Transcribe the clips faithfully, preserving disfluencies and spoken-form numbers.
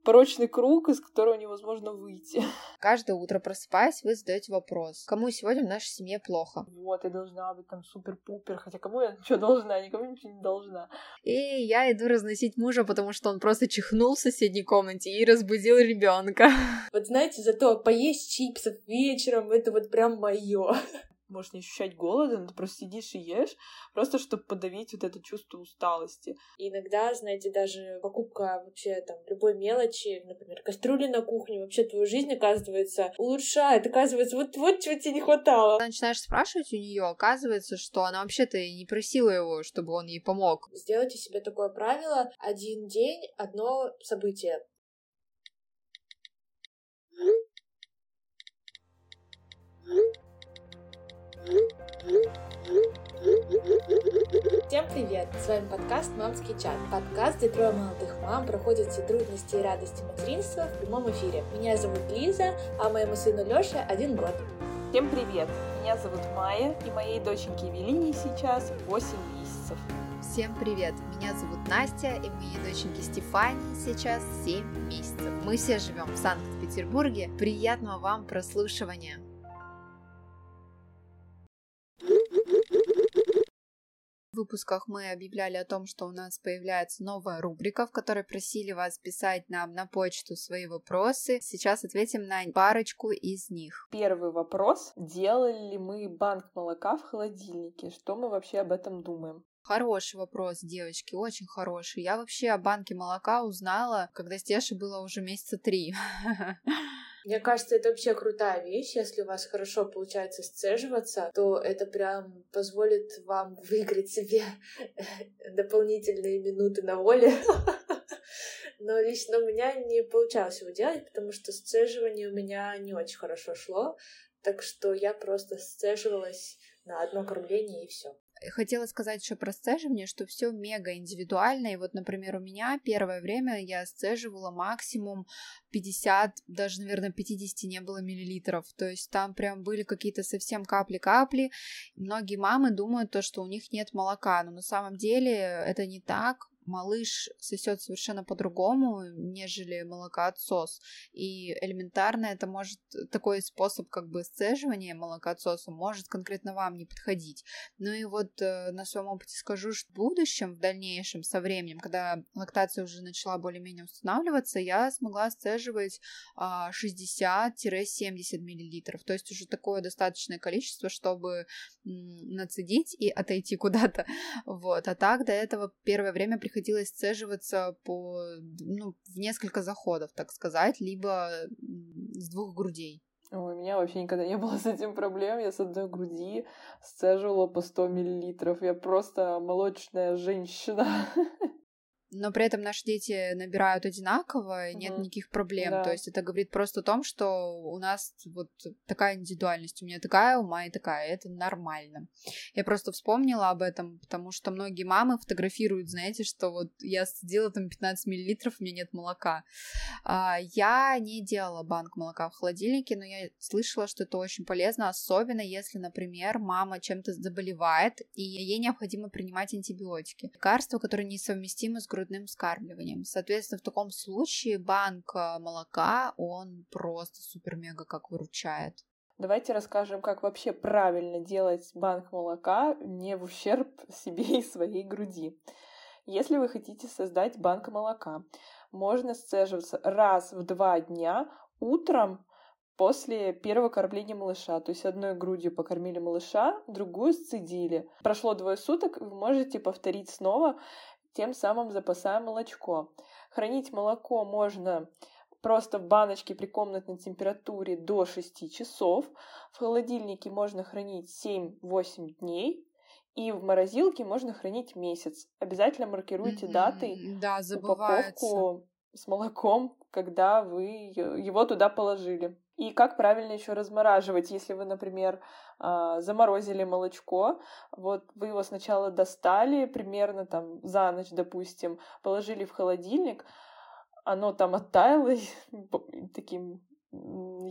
порочный круг, из которого невозможно выйти. Каждое утро, просыпаясь, вы задаете вопрос: кому сегодня в нашей семье плохо? Вот, я должна быть там супер-пупер, хотя кому я что должна? Никому ничего не должна. И я иду разносить мужа, потому что он просто чихнул в соседней комнате и разбудил ребенка. Вот знаете, зато поесть чипсов вечером — это вот прям моё. Можешь не ощущать голода, но ты просто сидишь и ешь, просто чтобы подавить вот это чувство усталости. Иногда, знаете, даже покупка вообще там любой мелочи, например, кастрюли на кухне, вообще твою жизнь, оказывается, улучшает. Оказывается, вот, вот чего тебе не хватало. Когда начинаешь спрашивать у нее, оказывается, что она вообще-то и не просила его, чтобы он ей помог. Сделайте себе такое правило: один день, одно событие. Всем привет! С вами подкаст «Мамский чат». Подкаст, где трое молодых мам проходят все трудности и радости материнства в прямом эфире. Меня зовут Лиза, а моему сыну Лёше один год. Всем привет! Меня зовут Майя, и моей доченьке Евелине сейчас восемь месяцев. Всем привет! Меня зовут Настя, и моей доченьке Стефании сейчас семь месяцев. Мы все живем в Санкт-Петербурге. Приятного вам прослушивания! В выпусках мы объявляли о том, что у нас появляется новая рубрика, в которой просили вас писать нам на почту свои вопросы. Сейчас ответим на парочку из них. Первый вопрос. Делали ли мы банк молока в холодильнике? Что мы вообще об этом думаем? Хороший вопрос, девочки, очень хороший. Я вообще о банке молока узнала, когда Стеше было уже месяца три. Мне кажется, это вообще крутая вещь. Если у вас хорошо получается сцеживаться, то это прям позволит вам выиграть себе дополнительные минуты на воле. Но лично у меня не получалось его делать, потому что сцеживание у меня не очень хорошо шло. Так что я просто сцеживалась на одно кормление и все. Хотела сказать еще про сцеживание, что все мега индивидуально. И вот, например, у меня первое время я сцеживала максимум пятьдесят, даже, наверное, пятьдесят не было миллилитров. То есть там прям были какие-то совсем капли-капли. Многие мамы думают, то, что у них нет молока, но на самом деле это не так. Малыш сосет совершенно по-другому, нежели молокоотсос. И элементарно это может, такой способ как бы сцеживания молокоотсоса может конкретно вам не подходить. Ну и вот э, на своем опыте скажу, что в будущем, в дальнейшем, со временем, когда лактация уже начала более-менее устанавливаться, я смогла сцеживать э, шестьдесят-семьдесят миллилитров. То есть уже такое достаточное количество, чтобы м, нацедить и отойти куда-то. Вот. А так до этого первое время приходилось приходилось сцеживаться по, ну, в несколько заходов, так сказать, либо с двух грудей. Ой, у меня вообще никогда не было с этим проблем. Я с одной груди сцеживала по сто миллилитров. Я просто молочная женщина. Но при этом наши дети набирают одинаково, и нет mm-hmm. никаких проблем. Да. То есть это говорит просто о том, что у нас вот такая индивидуальность. У меня такая, у Майи такая. Это нормально. Я просто вспомнила об этом, потому что многие мамы фотографируют, знаете, что вот я сидела там пятнадцать миллилитров, у меня нет молока. Я не делала банк молока в холодильнике, но я слышала, что это очень полезно, особенно если, например, мама чем-то заболевает, и ей необходимо принимать антибиотики. Лекарства, которые несовместимы с грудным грудным вскармливанием. Соответственно, в таком случае банк молока, он просто супер-мега как выручает. Давайте расскажем, как вообще правильно делать банк молока не в ущерб себе и своей груди. Если вы хотите создать банк молока, можно сцеживаться раз в два дня утром после первого кормления малыша. То есть одной грудью покормили малыша, другую сцедили. Прошло двое суток, вы можете повторить снова, тем самым запасая молочко. Хранить молоко можно просто в баночке при комнатной температуре до шести часов. В холодильнике можно хранить семь-восемь дней. И в морозилке можно хранить месяц. Обязательно маркируйте mm-hmm. датой да, упаковку с молоком, когда вы его туда положили. И как правильно еще размораживать, если вы, например, заморозили молочко, вот вы его сначала достали примерно там за ночь, допустим, положили в холодильник, оно там оттаяло таким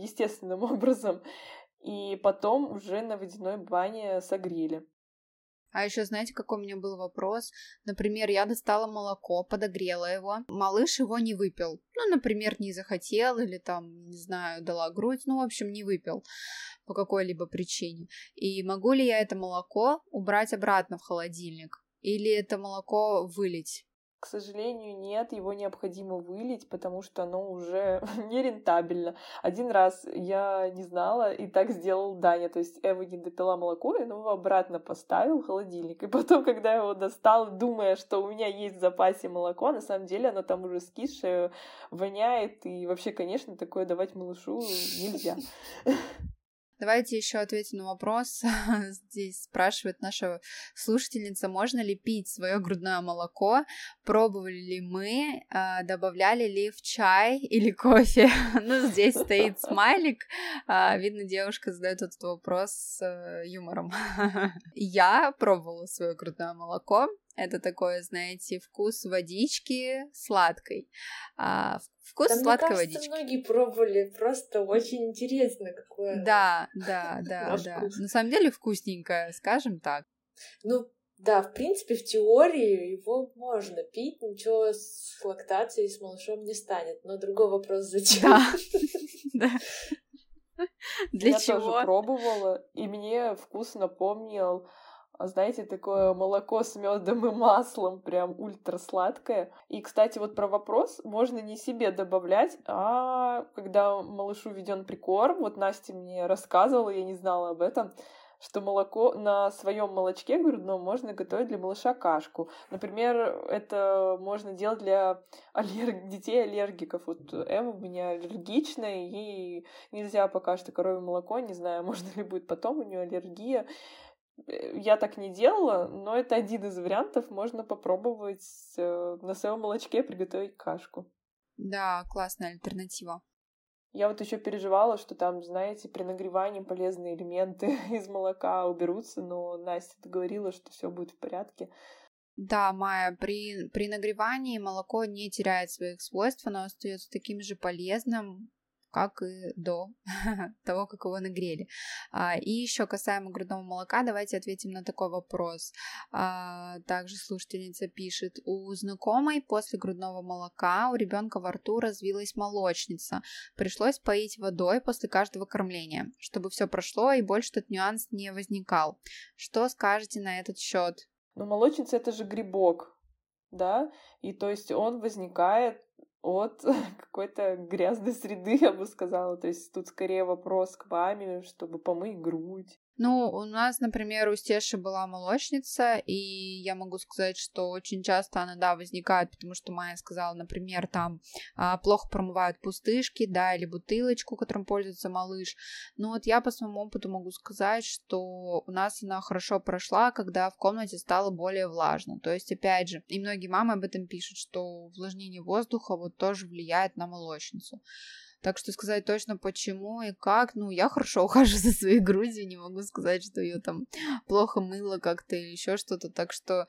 естественным образом, и потом уже на водяной бане согрели. А еще знаете, какой у меня был вопрос? Например, я достала молоко, подогрела его, малыш его не выпил. Ну, например, не захотел или там, не знаю, дала грудь, ну, в общем, не выпил по какой-либо причине. И могу ли я это молоко убрать обратно в холодильник? Или это молоко вылить? К сожалению, нет, его необходимо вылить, потому что оно уже нерентабельно. Один раз я не знала, и так сделал Даня. То есть Эва не допила молоко, и он его обратно поставил в холодильник. И потом, когда я его достал, думая, что у меня есть в запасе молоко, на самом деле оно там уже скисшее, воняет. И вообще, конечно, такое давать малышу нельзя. Давайте еще ответим на вопрос. Здесь спрашивает наша слушательница, можно ли пить свое грудное молоко? Пробовали ли мы? Добавляли ли в чай или кофе? Ну, здесь стоит смайлик. Видно, девушка задает этот вопрос с юмором. Я пробовала свое грудное молоко. Это такое, знаете, вкус водички сладкой. А, вкус да, сладкой мне кажется, водички. Многие пробовали, просто очень интересно, какое. Да, да, да, да. Вкус. На самом деле вкусненькое, скажем так. Ну, да, в принципе, в теории его можно пить, ничего с лактацией, с малышом не станет. Но другой вопрос, зачем? Да, да. Для Я чего? тоже пробовала, и мне вкус напомнил, знаете, такое молоко с медом и маслом, прям ультра сладкое. И, кстати, вот про вопрос можно не себе добавлять, а когда малышу введен прикорм, вот Настя мне рассказывала, я не знала об этом, что молоко на своем молочке грудном можно готовить для малыша кашку. Например, это можно делать для аллерг... детей аллергиков. Вот Эва у меня аллергичная, ей нельзя пока что коровье молоко, не знаю, можно ли будет потом, у нее аллергия. Я так не делала, но это один из вариантов. Можно попробовать на своем молочке приготовить кашку. Да, классная альтернатива. Я вот еще переживала, что там, знаете, при нагревании полезные элементы из молока уберутся, но Настя говорила, что все будет в порядке. Да, Майя, при, при нагревании молоко не теряет своих свойств, оно остается таким же полезным, как и до того, как его нагрели. А, и еще касаемо грудного молока, давайте ответим на такой вопрос. А, также слушательница пишет, у знакомой после грудного молока у ребенка во рту развилась молочница. Пришлось поить водой после каждого кормления, чтобы все прошло и больше этот нюанс не возникал. Что скажете на этот счет? Ну, молочница — это же грибок, да, и то есть он возникает от какой-то грязной среды, я бы сказала. То есть тут скорее вопрос к маме, чтобы помыть грудь. Ну, у нас, например, у Стеши была молочница, и я могу сказать, что очень часто она, да, возникает, потому что Майя сказала, например, там а, плохо промывают пустышки, да, или бутылочку, которым пользуется малыш. Но вот я по своему опыту могу сказать, что у нас она хорошо прошла, когда в комнате стало более влажно. То есть, опять же, и многие мамы об этом пишут, что увлажнение воздуха вот тоже влияет на молочницу. Так что сказать точно почему и как, ну, я хорошо ухожу за своей грудью, не могу сказать, что ее там плохо мыло как-то или еще что-то, так что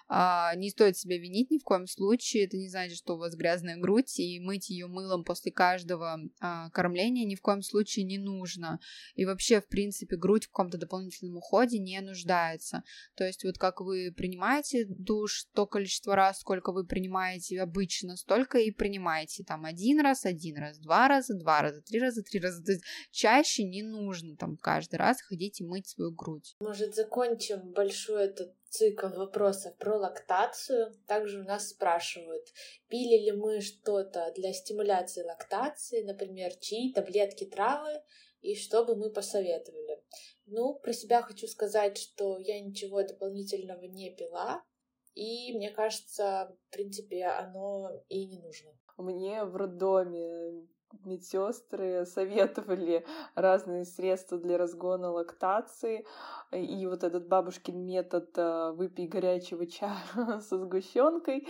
а, не стоит себя винить ни в коем случае, это не значит, что у вас грязная грудь, и мыть ее мылом после каждого а, кормления ни в коем случае не нужно, и вообще, в принципе, грудь в каком-то дополнительном уходе не нуждается, то есть вот как вы принимаете душ, то количество раз, сколько вы принимаете обычно, столько и принимаете, там, один раз, один раз, два раза, два раза, три раза, три раза. То есть чаще не нужно там каждый раз ходить и мыть свою грудь. Может, закончим большой этот цикл вопросов про лактацию. Также у нас спрашивают, пили ли мы что-то для стимуляции лактации, например, чаи, таблетки, травы, и что бы мы посоветовали. Ну, про себя хочу сказать, что я ничего дополнительного не пила, и мне кажется, в принципе, оно и не нужно. Мне в роддоме медсестры советовали разные средства для разгона лактации, и вот этот бабушкин метод «выпей горячего чая со сгущенкой»,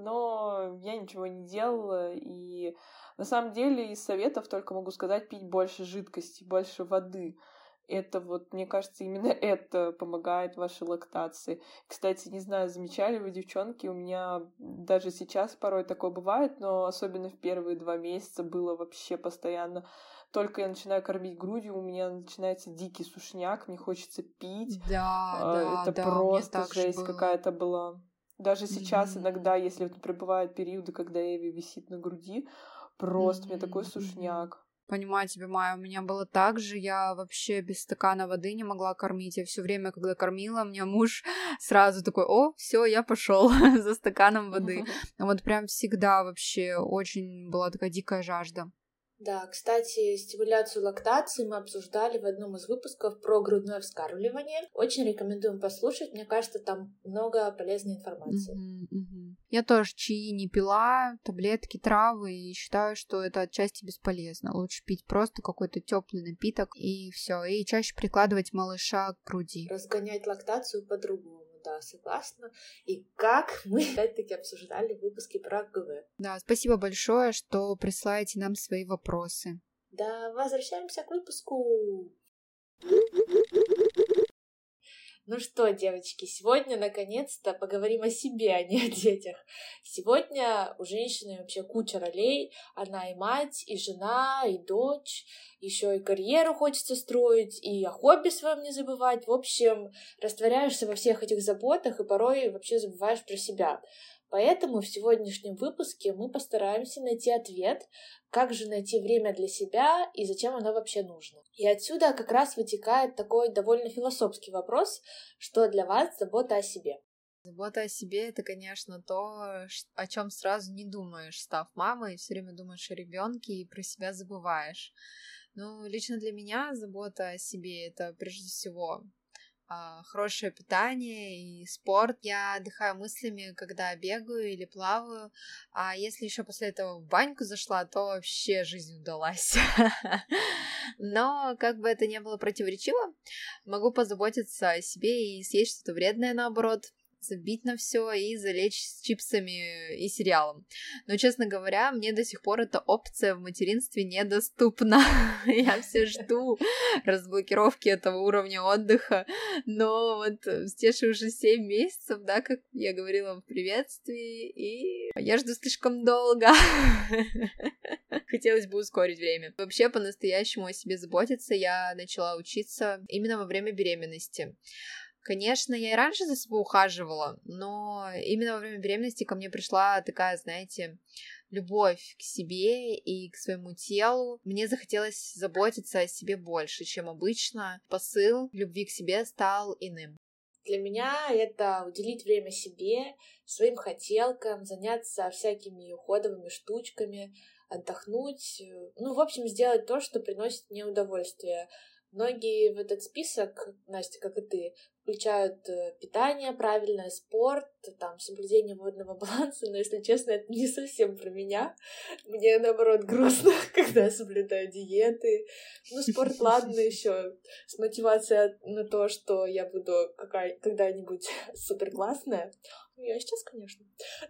но я ничего не делала, и на самом деле из советов только могу сказать пить больше жидкости, больше воды. Это вот, мне кажется, именно это помогает вашей лактации. Кстати, не знаю, замечали вы, девчонки, у меня даже сейчас порой такое бывает, но особенно в первые два месяца было вообще постоянно. Только я начинаю кормить грудью, у меня начинается дикий сушняк, мне хочется пить. Да, А, да, Это да, у меня просто так же жесть было. какая-то была. Даже сейчас Мгм. иногда, если вот прибывают периоды, когда Эви висит на груди, просто у меня такой Мгм, мгм. сушняк. Понимаю тебя, Майя, у меня было так же, я вообще без стакана воды не могла кормить, я все время, когда кормила, мне муж сразу такой: о, все, я пошел за стаканом воды. Вот прям всегда вообще очень была такая дикая жажда. Да, кстати, стимуляцию лактации мы обсуждали в одном из выпусков про грудное вскармливание. Очень рекомендуем послушать, мне кажется, там много полезной информации. Мгм, мгм. Я тоже чаи не пила, таблетки, травы, и считаю, что это отчасти бесполезно. Лучше пить просто какой-то теплый напиток, и все, и чаще прикладывать малыша к груди. Разгонять лактацию по-другому, да, согласна. И как мы, опять-таки, обсуждали в выпуске про ГВ. Да, спасибо большое, что присылаете нам свои вопросы. Да, возвращаемся к выпуску. Ну что, девочки, сегодня наконец-то поговорим о себе, а не о детях. Сегодня у женщины вообще куча ролей. Она и мать, и жена, и дочь. Еще и карьеру хочется строить, и о хобби своем не забывать. В общем, растворяешься во всех этих заботах и порой вообще забываешь про себя. Поэтому в сегодняшнем выпуске мы постараемся найти ответ, как же найти время для себя и зачем оно вообще нужно. И отсюда как раз вытекает такой довольно философский вопрос, что для вас забота о себе. Забота о себе — это, конечно, то, о чем сразу не думаешь, став мамой, все время думаешь о ребенке и про себя забываешь. Ну, лично для меня забота о себе — это прежде всего хорошее питание и спорт. Я отдыхаю мыслями, когда бегаю или плаваю, а если еще после этого в баньку зашла, то вообще жизнь удалась. Но, как бы это ни было противоречиво, могу позаботиться о себе и съесть что-то вредное, наоборот, забить на все и залечь с чипсами и сериалом. Но, честно говоря, мне до сих пор эта опция в материнстве недоступна. Я все жду разблокировки этого уровня отдыха. Но вот те же уже семь месяцев, да, как я говорила в приветствии, и я жду слишком долго. Хотелось бы ускорить время. Вообще, по-настоящему о себе заботиться я начала учиться именно во время беременности. Конечно, я и раньше за собой ухаживала, но именно во время беременности ко мне пришла такая, знаете, любовь к себе и к своему телу. Мне захотелось заботиться о себе больше, чем обычно. Посыл любви к себе стал иным. Для меня это уделить время себе, своим хотелкам, заняться всякими уходовыми штучками, отдохнуть. Ну, в общем, сделать то, что приносит мне удовольствие. Многие в этот список, Настя, как и ты, включают питание правильное, спорт, там, соблюдение водного баланса, но, если честно, это не совсем про меня. Мне, наоборот, грустно, когда я соблюдаю диеты. Ну, спорт, ладно, еще с мотивацией на то, что я буду какая- когда-нибудь супер классная. Ну, я сейчас, конечно.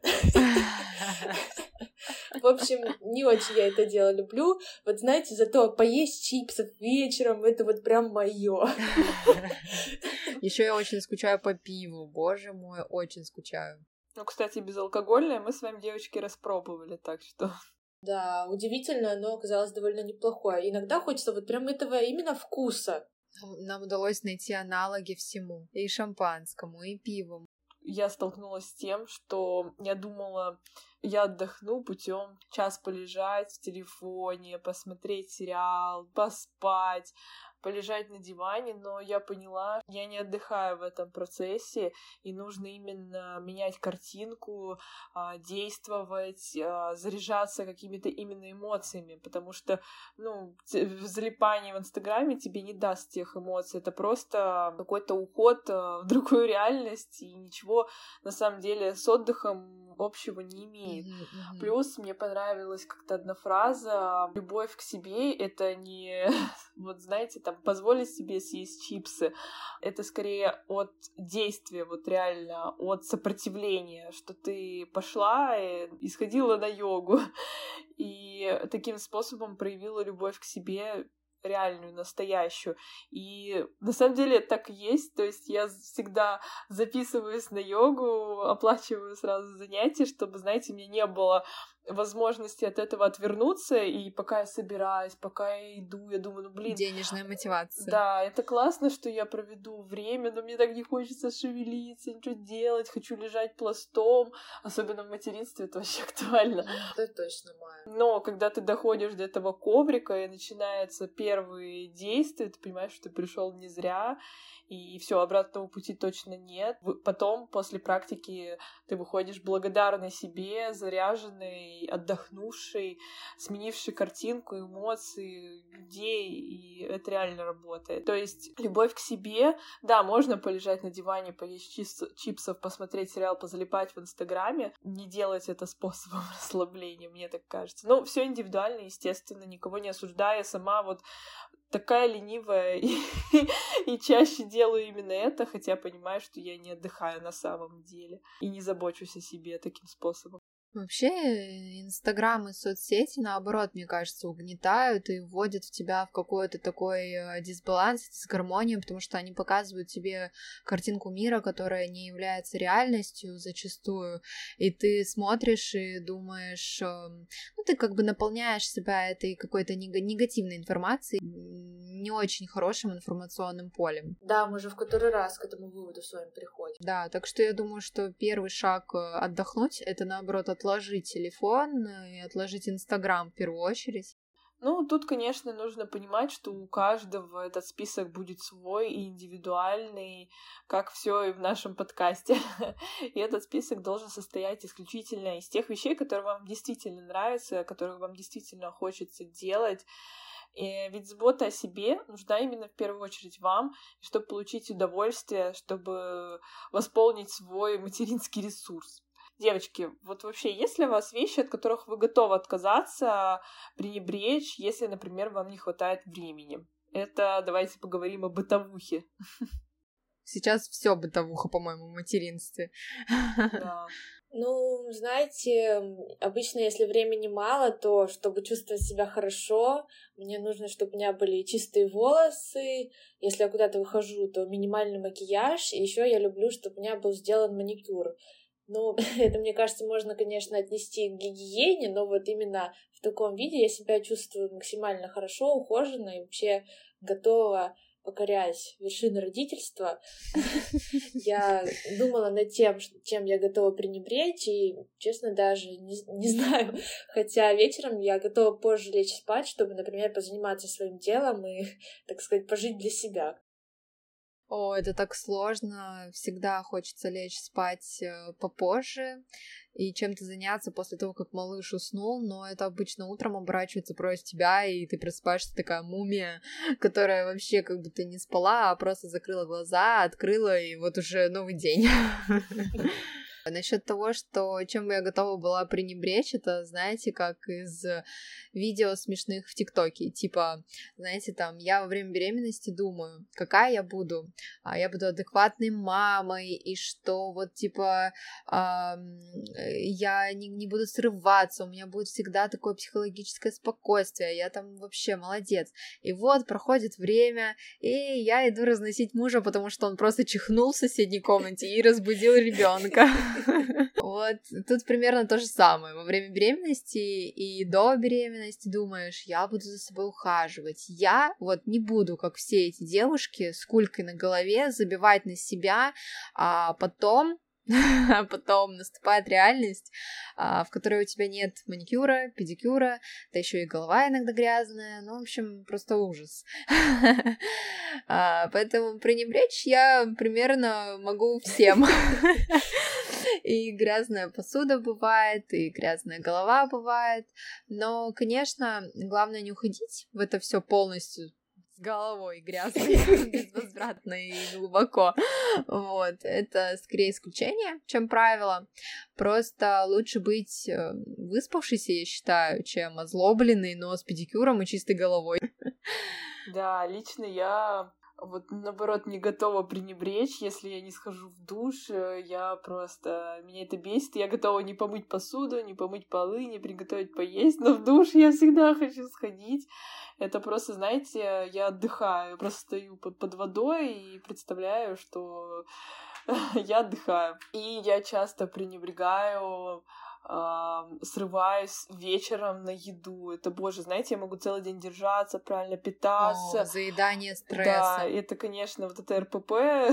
В общем, не очень я это дело люблю. Вот знаете, зато поесть чипсов вечером — это вот прям моё. Еще я очень скучаю по пиву. Боже мой, очень скучаю. Ну, кстати, безалкогольное мы с вами, девочки, распробовали, так что... Да, удивительно, но оказалось довольно неплохое. Иногда хочется вот прям этого именно вкуса. Нам удалось найти аналоги всему. И шампанскому, и пиву. Я столкнулась с тем, что я думала, я отдохну путем час полежать в телефоне, посмотреть сериал, поспать, полежать на диване, но я поняла, я не отдыхаю в этом процессе, и нужно именно менять картинку, действовать, заряжаться какими-то именно эмоциями, потому что, ну, залипание в Инстаграме тебе не даст тех эмоций, это просто какой-то уход в другую реальность, и ничего на самом деле с отдыхом общего не имеет. Mm-hmm, mm-hmm. Плюс мне понравилась как-то одна фраза: любовь к себе — это не, вот знаете, там, позволить себе съесть чипсы. Это скорее от действия, вот реально, от сопротивления, что ты пошла и сходила на йогу, и таким способом проявила любовь к себе. реальную, настоящую. И на самом деле так и есть, то есть я всегда записываюсь на йогу, оплачиваю сразу занятия, чтобы, знаете, мне не было возможности от этого отвернуться, и пока я собираюсь, пока я иду, я думаю, ну, блин... Денежная мотивация. Да, это классно, что я проведу время, но мне так не хочется шевелиться, ничего делать, хочу лежать пластом, особенно в материнстве это вообще актуально. Это точно, Майя. Но когда ты доходишь до этого коврика, и начинаются первые действия, ты понимаешь, что ты пришел не зря, и все, обратного пути точно нет. Потом, после практики, ты выходишь благодарный себе, заряженный, отдохнувший, сменивший картинку, эмоции людей, и это реально работает. То есть любовь к себе, да, можно полежать на диване, поесть чипс- чипсов, посмотреть сериал, позалипать в Инстаграме, не делать это способом расслабления, мне так кажется. Ну, все индивидуально, естественно, никого не осуждая, сама вот такая ленивая и, и чаще делаю именно это, хотя понимаю, что я не отдыхаю на самом деле и не забочусь о себе таким способом. Вообще, Инстаграм и соцсети, наоборот, мне кажется, угнетают и вводят в тебя в какой-то такой дисбаланс, дисгармонию, потому что они показывают тебе картинку мира, которая не является реальностью зачастую, и ты смотришь и думаешь, ну, ты как бы наполняешь себя этой какой-то негативной информацией, не очень хорошим информационным полем. Да, мы же в который раз к этому выводу с вами приходим. Да, так что я думаю, что первый шаг отдохнуть — это, наоборот, отложить телефон и отложить Инстаграм в первую очередь. Ну, тут, конечно, нужно понимать, что у каждого этот список будет свой и индивидуальный, как все и в нашем подкасте. И этот список должен состоять исключительно из тех вещей, которые вам действительно нравятся, которые вам действительно хочется делать. И ведь забота о себе нужна именно в первую очередь вам, чтобы получить удовольствие, чтобы восполнить свой материнский ресурс. Девочки, вот вообще есть ли у вас вещи, от которых вы готовы отказаться, пренебречь, если, например, вам не хватает времени? Это давайте поговорим о бытовухе. Сейчас все бытовуха, по-моему, в материнстве. Да. Ну, знаете, обычно, если времени мало, то, чтобы чувствовать себя хорошо, мне нужно, чтобы у меня были чистые волосы. Если я куда-то выхожу, то минимальный макияж. И еще я люблю, чтобы у меня был сделан маникюр. Ну, это, мне кажется, можно, конечно, отнести к гигиене, но вот именно в таком виде я себя чувствую максимально хорошо, ухоженно и вообще готова покорять вершины родительства. Я думала над тем, чем я готова пренебречь, и, честно, даже не, не знаю. Хотя вечером я готова позже лечь спать, чтобы, например, позаниматься своим делом и, так сказать, пожить для себя. О, это так сложно. Всегда хочется лечь спать попозже и чем-то заняться после того, как малыш уснул, но это обычно утром оборачивается против тебя, и ты просыпаешься такая мумия, которая вообще как будто не спала, а просто закрыла глаза, открыла, и вот уже новый день. Насчет того, что чем бы я готова была пренебречь, это, знаете, как из видео смешных в ТикТоке. Типа, знаете, там, я во время беременности думаю, какая я буду. А я буду адекватной мамой, и что вот, типа, а, я не, не буду срываться, у меня будет всегда такое психологическое спокойствие, я там вообще молодец. И вот проходит время, и я иду разносить мужа, потому что он просто чихнул в соседней комнате и разбудил ребенка. Вот, тут примерно то же самое. Во время беременности и до беременности думаешь, я буду за собой ухаживать. Я вот не буду, как все эти девушки, с кулькой на голове, забивать на себя, а потом... А потом наступает реальность, в которой у тебя нет маникюра, педикюра, да еще и голова иногда грязная, ну, в общем, просто ужас. Поэтому пренебречь я примерно могу всем. И грязная посуда бывает, и грязная голова бывает, но, конечно, главное не уходить в это все полностью с головой грязной, безвозвратно и глубоко. Вот, это скорее исключение, чем правило. Просто лучше быть выспавшейся, я считаю, чем озлобленной, но с педикюром и чистой головой. Да, лично я вот наоборот не готова пренебречь, если я не схожу в душ, я просто... Меня это бесит, я готова не помыть посуду, не помыть полы, не приготовить поесть, но в душ я всегда хочу сходить. Это просто, знаете, я отдыхаю, я просто стою под, под водой и представляю, что я отдыхаю. И я часто пренебрегаю, э, срываюсь вечером на еду. Это, боже, знаете, я могу целый день держаться, правильно питаться. О, заедание стресса. Да, это, конечно, вот это эр пэ пэ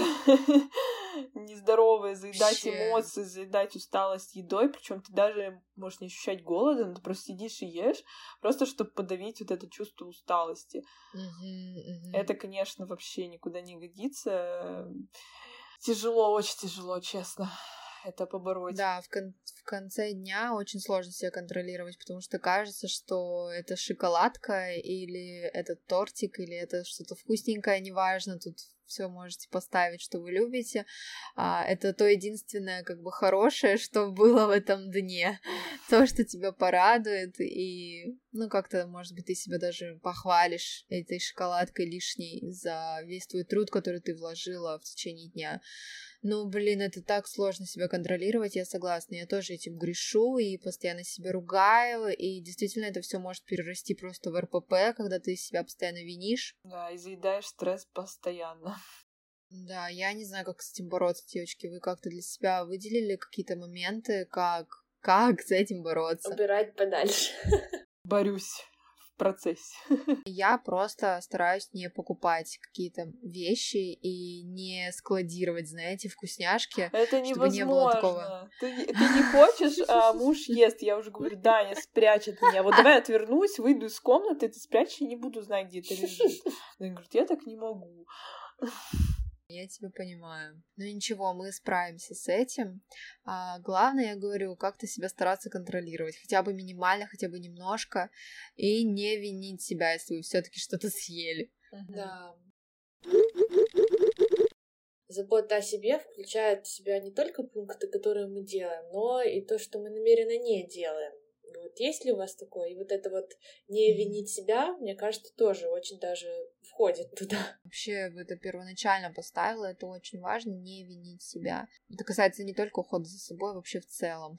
нездоровое, заедать Вообще. эмоции, заедать усталость едой, причем ты даже можешь не ощущать голода, но ты просто сидишь и ешь, просто чтобы подавить вот это чувство усталости. Мгм, мгм. Это, конечно, вообще никуда не годится. Тяжело, очень тяжело, честно, это побороть. Да, в, кон- в конце дня очень сложно себя контролировать, потому что кажется, что это шоколадка, или это тортик, или это что-то вкусненькое, неважно, тут все можете поставить, что вы любите. А, это то единственное, как бы, хорошее, что было в этом дне. То, что тебя порадует, и, ну, как-то, может быть, ты себя даже похвалишь этой шоколадкой лишней за весь твой труд, который ты вложила в течение дня. Ну, блин, это так сложно себя контролировать, я согласна. Я тоже этим грешу и постоянно себя ругаю, и действительно это все может перерасти просто в эр пэ пэ, когда ты себя постоянно винишь. Да, и заедаешь стресс постоянно. Да, я не знаю, как с этим бороться, девочки. Вы как-то для себя выделили какие-то моменты, как, как с этим бороться? Убирать подальше. Борюсь в процессе. Я просто стараюсь не покупать какие-то вещи и не складировать, знаете, вкусняшки. Это чтобы не было такого. невозможно. Ты, ты не хочешь, а муж ест. Я уже говорю, Даня, спрячь от меня. Вот давай отвернусь, выйду из комнаты, ты спрячь, я не буду знать, где это лежит. Он говорит, я так не могу. Я тебя понимаю. Ну ничего, мы справимся с этим. А, главное, я говорю, как-то себя стараться контролировать. Хотя бы минимально, хотя бы немножко. И не винить себя, если вы все-таки что-то съели. Да. Забота о себе включает в себя не только пункты, которые мы делаем, но и то, что мы намеренно не делаем. Вот есть ли у вас такое? И вот это вот не винить себя, мне кажется, тоже очень даже входит туда. Вообще, это первоначально поставила, это очень важно, не винить себя. Это касается не только ухода за собой, вообще в целом.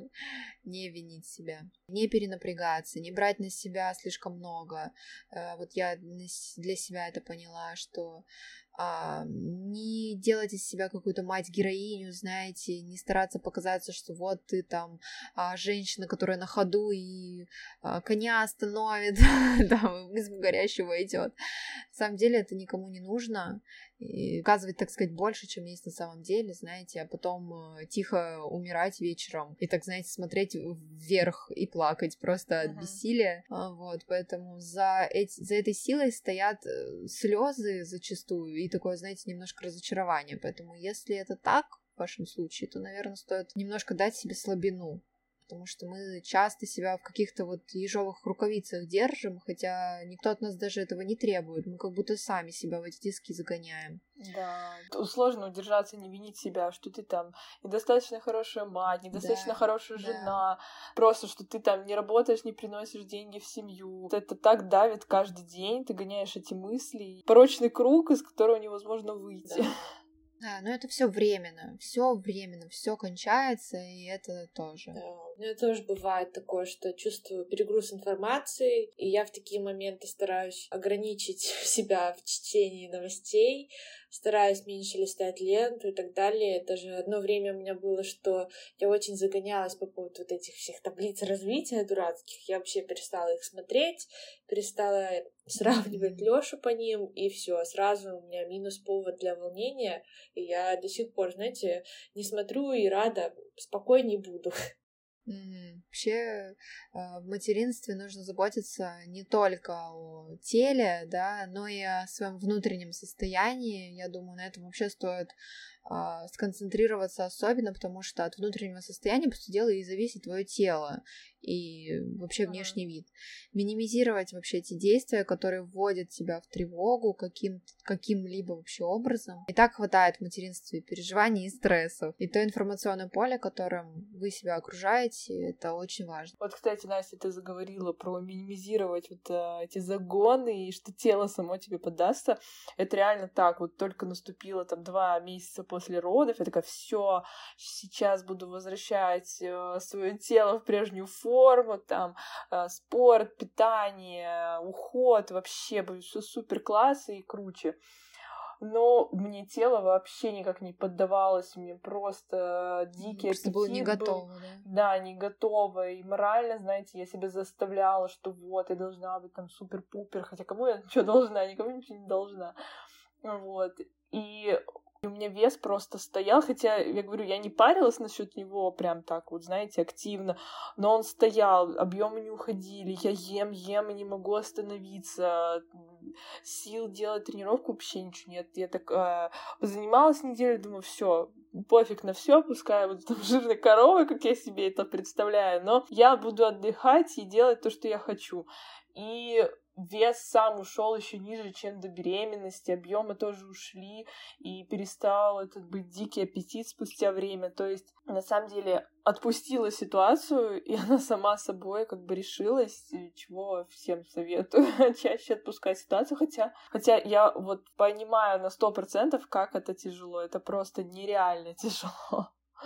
Не винить себя. Не перенапрягаться, не брать на себя слишком много. Вот я для себя это поняла, что а, не делать из себя какую-то мать-героиню, знаете, не стараться показаться, что вот ты там а, женщина, которая на ходу и а, коня остановит, там, в избу горящего идет. На самом деле это никому не нужно, и показывать, так сказать, больше, чем есть на самом деле, знаете, а потом э, тихо умирать вечером и, так знаете, смотреть вверх и плакать просто от Ага. бессилия, а, вот, поэтому за, эти, за этой силой стоят э, слезы зачастую и такое, знаете, немножко разочарование, поэтому если это так в вашем случае, то, наверное, стоит немножко дать себе слабину, потому что мы часто себя в каких-то вот ежовых рукавицах держим, хотя никто от нас даже этого не требует. Мы как будто сами себя в эти тиски загоняем. Да, тут сложно удержаться, не винить себя, что ты там недостаточно хорошая мать, недостаточно Да, хорошая да. жена, просто что ты там не работаешь, не приносишь деньги в семью. Это так давит каждый день, ты гоняешь эти мысли. Порочный круг, из которого невозможно выйти. Да. Да, но это все временно, все временно, все кончается, и это тоже. Да. У меня тоже бывает такое, что чувствую перегруз информации, и я в такие моменты стараюсь ограничить себя в чтении новостей, стараюсь меньше листать ленту и так далее. Даже одно время у меня было, что я очень загонялась по поводу вот этих всех таблиц развития дурацких. Я вообще перестала их смотреть, перестала сравнивать Лёшу по ним, и все, сразу у меня минус повод для волнения, и я до сих пор, знаете, не смотрю и рада, спокойней буду. Mm-hmm. Вообще э, в материнстве нужно заботиться не только о теле, да, но и о своем внутреннем состоянии. Я думаю, на этом вообще стоит а, сконцентрироваться особенно, потому что от внутреннего состояния, по сути дела, и зависит твое тело и вообще внешний вид. Минимизировать вообще эти действия, которые вводят тебя в тревогу каким, каким-либо вообще образом. И так хватает в материнстве переживаний и стрессов. И то информационное поле, которым вы себя окружаете, это очень важно. Вот, кстати, Настя, ты заговорила про минимизировать вот а, эти загоны, и что тело само тебе поддастся. Это реально так. Вот только наступило там два месяца после родов, я такая, все, сейчас буду возвращать э, свое тело в прежнюю форму, там, э, спорт, питание, уход, вообще будет все супер классно и круче. Но мне тело вообще никак не поддавалось, мне просто дикий просто аппетит было не готово, был. да? Да, не готова. И морально, знаете, я себя заставляла, что вот, я должна быть там супер-пупер, хотя кому я что должна, никому ничего не должна. Вот. И у меня вес просто стоял, хотя, я говорю, я не парилась насчет него прям так вот, знаете, активно, но он стоял, объемы не уходили, я ем, ем и не могу остановиться, сил делать тренировку вообще ничего нет. Я так э, занималась неделю, думаю, все, пофиг на все, пускай вот там жирной коровой, как я себе это представляю, но я буду отдыхать и делать то, что я хочу. И вес сам ушел еще ниже, чем до беременности, объемы тоже ушли, и перестал этот быть дикий аппетит спустя время. То есть, на самом деле, отпустила ситуацию, и она сама собой как бы решилась, чего всем советую чаще отпускать ситуацию, хотя, хотя я вот понимаю на сто процентов, как это тяжело, это просто нереально тяжело.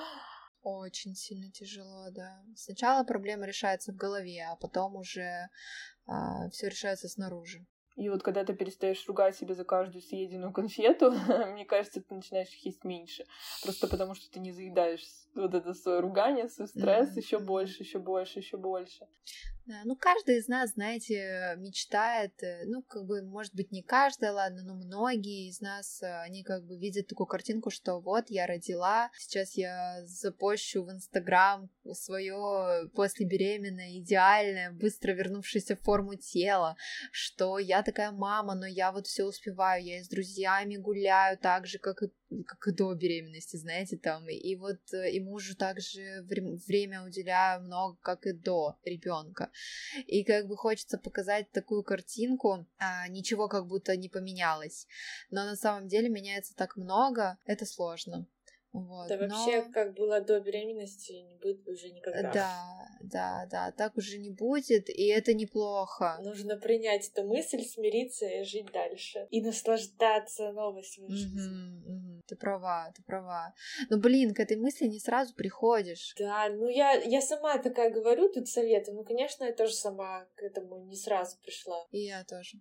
Очень сильно тяжело, да. Сначала проблема решается в голове, а потом уже а, все решается снаружи. И вот когда ты перестаешь ругать себя за каждую съеденную конфету, мне кажется, ты начинаешь их есть меньше. Просто потому, что ты не заедаешь вот это свое ругание, свой стресс mm-hmm. еще больше, еще больше, еще больше. Да, ну, каждый из нас, знаете, мечтает, ну, как бы, может быть, не каждый, ладно, но многие из нас, они как бы видят такую картинку, что вот я родила, сейчас я запощу в Инстаграм свое послебеременное, идеальное, быстро вернувшееся в форму тело, что я такая мама, но я вот все успеваю, я и с друзьями гуляю так же, как и как и до беременности, знаете, там, и вот и мужу также вре- время уделяю много, как и до ребенка. И как бы хочется показать такую картинку, а, ничего как будто не поменялось. Но на самом деле меняется так много, это сложно. Вот, да вообще, но... как было до беременности, не будет уже никогда. Да, да, да, так уже не будет, и это неплохо. Нужно принять эту мысль, смириться и жить дальше. И наслаждаться новой своей жизнью. Угу, угу. Ты права, ты права. Но, блин, к этой мысли не сразу приходишь. Да, ну я, я сама такая говорю, тут советы. Ну, конечно, я тоже сама к этому не сразу пришла. И я тоже.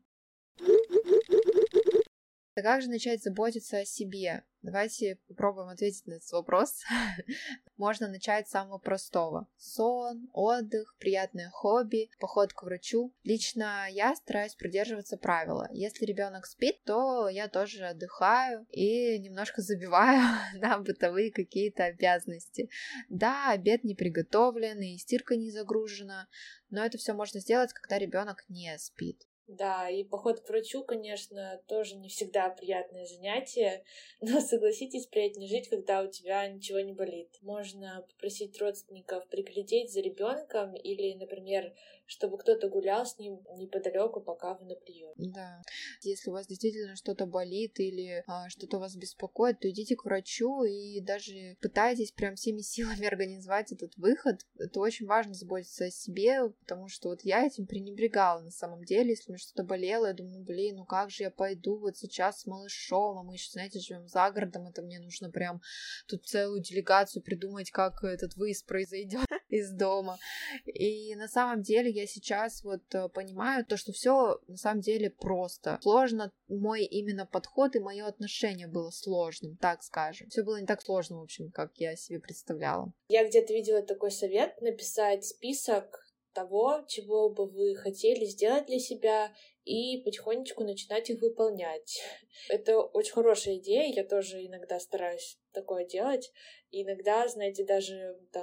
А как же начать заботиться о себе? Давайте попробуем ответить на этот вопрос. Можно начать с самого простого. Сон, отдых, приятное хобби, поход к врачу. Лично я стараюсь придерживаться правила. Если ребенок спит, то я тоже отдыхаю и немножко забиваю на бытовые какие-то обязанности. Да, обед не приготовлен и стирка не загружена, но это все можно сделать, когда ребенок не спит. Да, и поход к врачу, конечно, тоже не всегда приятное занятие, но согласитесь, приятнее жить, когда у тебя ничего не болит. Можно попросить родственников приглядеть за ребенком или, например, чтобы кто-то гулял с ним неподалеку, пока вы на приеме. Да. Если у вас действительно что-то болит или а, что-то вас беспокоит, то идите к врачу и даже пытайтесь прям всеми силами организовать этот выход. Это очень важно, заботиться о себе, потому что вот я этим пренебрегала на самом деле. Если мне что-то болело, я думаю, блин, ну как же я пойду вот сейчас с малышом, а мы еще, знаете, живем за городом, это мне нужно прям тут целую делегацию придумать, как этот выезд произойдет из дома. И на самом деле я сейчас вот понимаю то, что все на самом деле просто. Сложно, мой именно подход и мое отношение было сложным, так скажем. Все было не так сложно, в общем, как я себе представляла. Я где-то видела такой совет: написать список того, чего бы вы хотели сделать для себя, и потихонечку начинать их выполнять. Это очень хорошая идея, я тоже иногда стараюсь такое делать. И иногда, знаете, даже там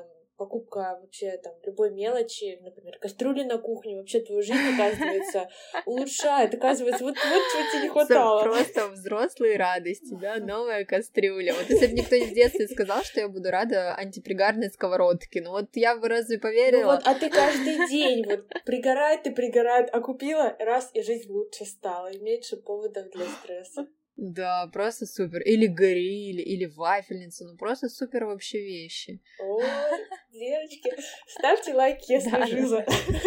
покупка вообще там любой мелочи, например, кастрюли на кухне, вообще твою жизнь, оказывается, улучшает. Оказывается, вот, вот чего тебе не хватало. Просто взрослые радости, да, новая кастрюля. Вот если бы никто в детстве сказал, что я буду рада антипригарной сковородке, ну вот я бы разве поверила? Ну вот, а ты каждый день вот пригорает и пригорает, а купила, раз, и жизнь лучше стала, и меньше поводов для стресса. Да, просто супер. Или гриль, или вафельница, ну просто супер вообще вещи. Ой, девочки, ставьте лайки, если Да. жиза.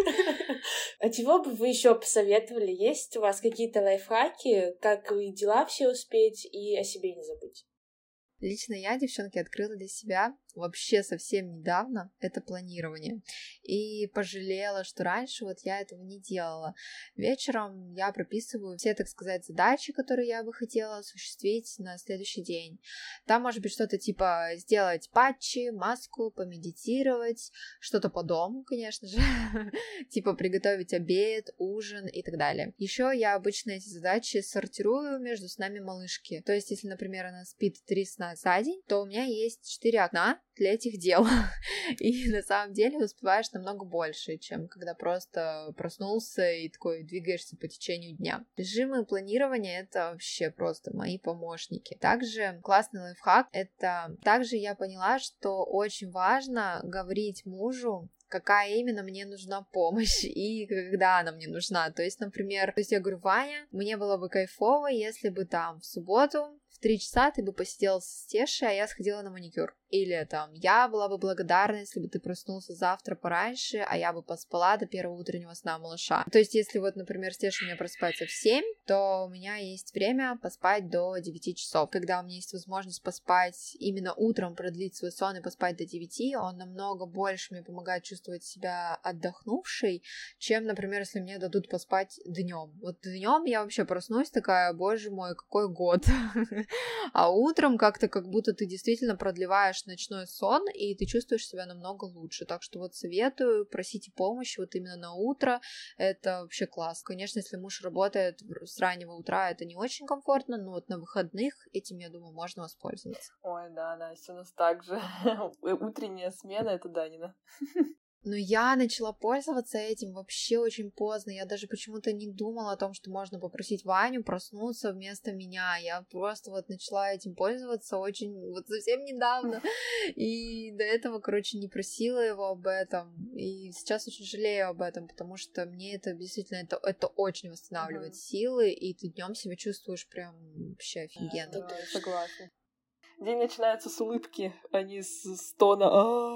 А чего бы вы еще посоветовали? Есть у вас какие-то лайфхаки, как и дела все успеть и о себе не забыть? Лично я, девчонки, открыла для себя вообще совсем недавно это планирование. И пожалела, что раньше вот я этого не делала. Вечером я прописываю все, так сказать, задачи, которые я бы хотела осуществить на следующий день. Там может быть что-то типа сделать патчи, маску, помедитировать, что-то по дому, конечно же, типа приготовить обед, ужин и так далее. Еще я обычно эти задачи сортирую между снами малышки. То есть, если, например, она спит три сна за день, то у меня есть четыре окна для этих дел. И на самом деле успеваешь намного больше, чем когда просто проснулся и такой двигаешься по течению дня. Режимы планирования — это вообще просто мои помощники. Также классный лайфхак — это также я поняла, что очень важно говорить мужу, какая именно мне нужна помощь и когда она мне нужна. То есть, например, то есть я говорю: Ваня, мне было бы кайфово, если бы там в субботу в три часа ты бы посидел с Тешей, а я сходила на маникюр. Или там, я была бы благодарна, если бы ты проснулся завтра пораньше, а я бы поспала до первого утреннего сна малыша. То есть, если вот, например, Стеша у меня просыпается в семь, то у меня есть время поспать до девяти часов. Когда у меня есть возможность поспать именно утром, продлить свой сон и поспать до девяти, он намного больше мне помогает чувствовать себя отдохнувшей, чем, например, если мне дадут поспать днем. Вот днем я вообще проснусь такая: боже мой, какой год. А утром как-то как будто ты действительно продлеваешь ночной сон, и ты чувствуешь себя намного лучше. Так что вот советую, просите помощи вот именно на утро, это вообще класс. Конечно, если муж работает с раннего утра, это не очень комфортно, но вот на выходных этим, я думаю, можно воспользоваться. Ой, да, Настя, у нас так же. Утренняя смена — это Данина. Но я начала пользоваться этим вообще очень поздно. Я даже почему-то не думала о том, что можно попросить Ваню проснуться вместо меня. Я просто вот начала этим пользоваться очень вот совсем недавно. И до этого, короче, не просила его об этом. И сейчас очень жалею об этом, потому что мне это действительно это, это очень восстанавливает uh-huh. силы, и ты днем себя чувствуешь прям вообще офигенно. Да, я согласна. День начинается с улыбки, а не с стона.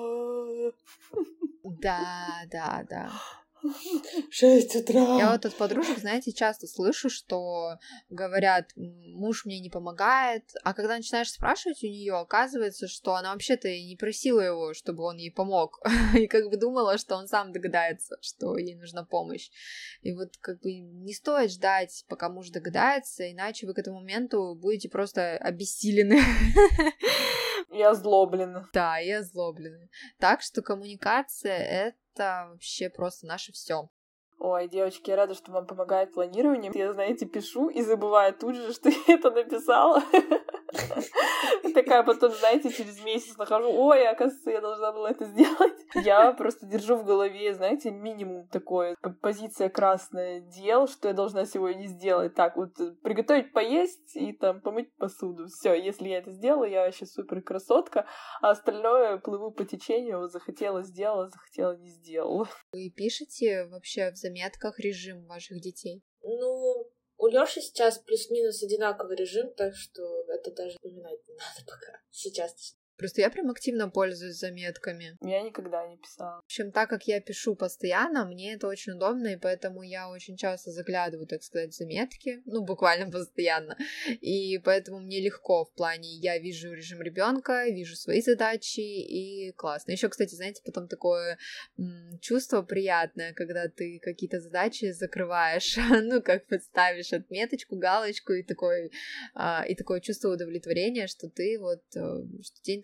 Да, да, да. Шесть утра. Я вот от подружек, знаете, часто слышу, что говорят: муж мне не помогает, а когда начинаешь спрашивать у нее, оказывается, что она вообще-то и не просила его, чтобы он ей помог, и как бы думала, что он сам догадается, что ей нужна помощь. И вот как бы не стоит ждать, пока муж догадается, иначе вы к этому моменту будете просто обессилены. И озлоблены. Да, и озлоблены. Так что коммуникация — это вообще просто наше все. Ой, девочки, я рада, что вам помогает планирование. Я, знаете, пишу и забываю тут же, что я это написала. Такая потом, знаете, через месяц нахожу: ой, оказывается, я должна была это сделать. Я просто держу в голове, знаете, минимум такой, позиция красная дел, что я должна сегодня сделать. Так, вот приготовить поесть и там помыть посуду. Все, если я это сделала, я вообще супер красотка, а остальное плыву по течению. Вот захотела — сделала, захотела — не сделала. Вы пишете вообще в заметках режим ваших детей? Ну, у Лёши сейчас плюс-минус одинаковый режим, так что это даже вспоминать не надо пока. Сейчас. Просто я прям активно пользуюсь заметками. Я никогда не писала. В общем, так как я пишу постоянно, мне это очень удобно, и поэтому я очень часто заглядываю, так сказать, в заметки, ну, буквально постоянно. И поэтому мне легко в плане, я вижу режим ребенка, вижу свои задачи, и классно. Еще, кстати, знаете, потом такое м- чувство приятное, когда ты какие-то задачи закрываешь, ну, как подставишь отметочку, галочку, и такое, а, и такое чувство удовлетворения, что ты вот, что день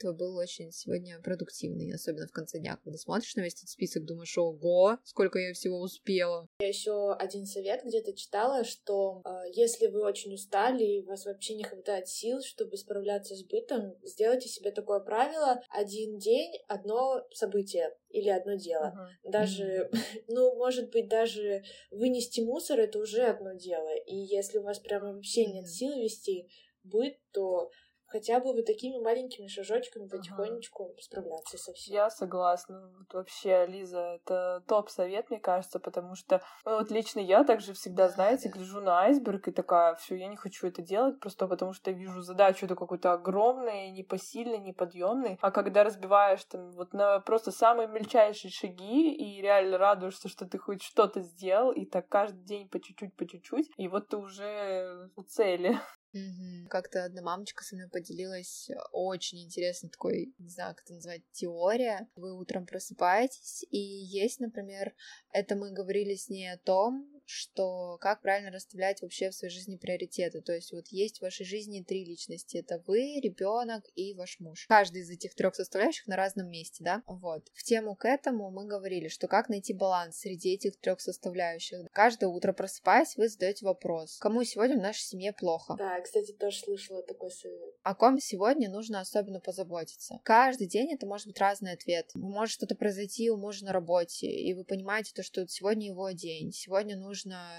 этого был очень сегодня продуктивный, особенно в конце дня, когда смотришь на весь этот список, думаешь, ого, сколько я всего успела. Я еще один совет где-то читала, что э, если вы очень устали и у вас вообще не хватает сил, чтобы справляться с бытом, сделайте себе такое правило: один день, одно событие или одно дело. Мгм. Даже, ну, может быть, даже вынести мусор — это уже одно дело. И если у вас прямо вообще нет Мгм. сил вести быт, то хотя бы вы такими маленькими шажочками Ага. потихонечку справляться со всем. Я согласна. Вот вообще, Лиза, это топ-совет, мне кажется, потому что ну, вот лично я также всегда, Да, знаете, да. гляжу на айсберг и такая, все, я не хочу это делать, просто потому что я вижу задачу эту какую-то огромную, непосильную, неподъемную. А когда разбиваешь там вот на просто самые мельчайшие шаги и реально радуешься, что ты хоть что-то сделал, и так каждый день по чуть-чуть, по чуть-чуть, и вот ты уже у цели. Мгм. Как-то одна мамочка со мной поделилась э, очень интересной такой, не знаю, как это назвать, теория. Вы утром просыпаетесь, и есть, например, это мы говорили с ней о том, что как правильно расставлять вообще в своей жизни приоритеты. То есть вот есть в вашей жизни три личности. Это вы, ребенок и ваш муж. Каждый из этих трех составляющих на разном месте, да? Вот. В тему к этому мы говорили, что как найти баланс среди этих трех составляющих. Каждое утро просыпаясь, вы задаете вопрос: кому сегодня в нашей семье плохо? Да, я, кстати, тоже слышала такой совет. О ком сегодня нужно особенно позаботиться. Каждый день это может быть разный ответ. Может что-то произойти у мужа на работе, и вы понимаете то, что сегодня его день. Сегодня нужно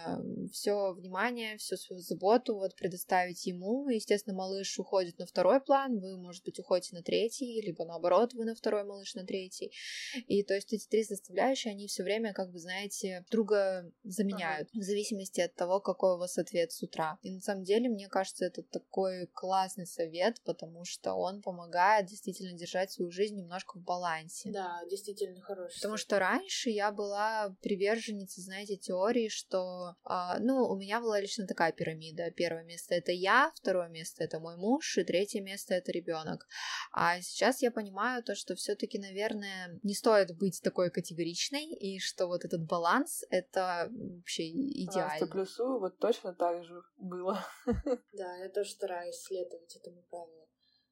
все внимание, всю свою заботу вот предоставить ему. Естественно, малыш уходит на второй план, вы, может быть, уходите на третий, либо наоборот, вы на второй, малыш на третий. И то есть эти три составляющие, они все время, как бы, знаете, друга заменяют, Ага. в зависимости от того, какой у вас ответ с утра. И на самом деле, мне кажется, это такой классный совет, потому что он помогает действительно держать свою жизнь немножко в балансе. Да, действительно хороший Потому совет. что раньше я была приверженницей, знаете, теории, что, а, ну, у меня была лично такая пирамида. Первое место — это я, второе место — это мой муж, и третье место — это ребенок. А сейчас я понимаю то, что все-таки, наверное, не стоит быть такой категоричной, и что вот этот баланс — это вообще Настя, идеально. плюсую, вот точно так же было. Да, я тоже стараюсь следовать этому правилу.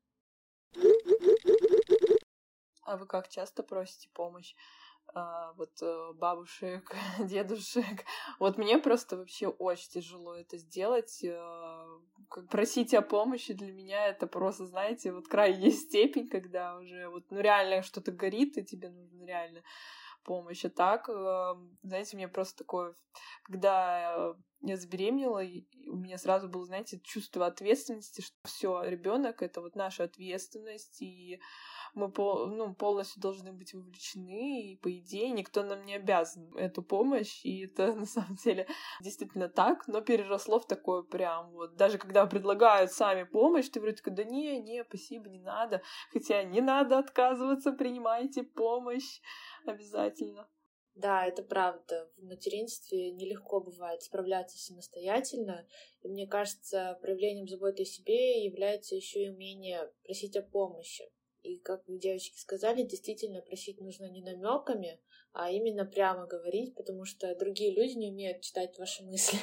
А вы как часто просите помощь? А, вот э, бабушек, дедушек. Вот мне просто вообще очень тяжело это сделать. Э, как просить о помощи для меня это просто, знаете, вот крайняя степень, когда уже вот ну реально что-то горит, и тебе нужно реально помощь. А так, э, знаете, мне просто такое, когда я забеременела, и у меня сразу было, знаете, чувство ответственности, что все, ребенок это вот наша ответственность, и мы пол, ну, полностью должны быть вовлечены, и, по идее, никто нам не обязан эту помощь, и это, на самом деле, действительно так, но переросло в такое прям вот, даже когда предлагают сами помощь, ты вроде такой, да не, не, спасибо, не надо, хотя не надо отказываться, принимайте помощь обязательно. Да, это правда. В материнстве нелегко бывает справляться самостоятельно. И мне кажется, проявлением заботы о себе является еще и умение просить о помощи. И, как вы, девочки, сказали, действительно просить нужно не намеками, а именно прямо говорить, потому что другие люди не умеют читать ваши мысли.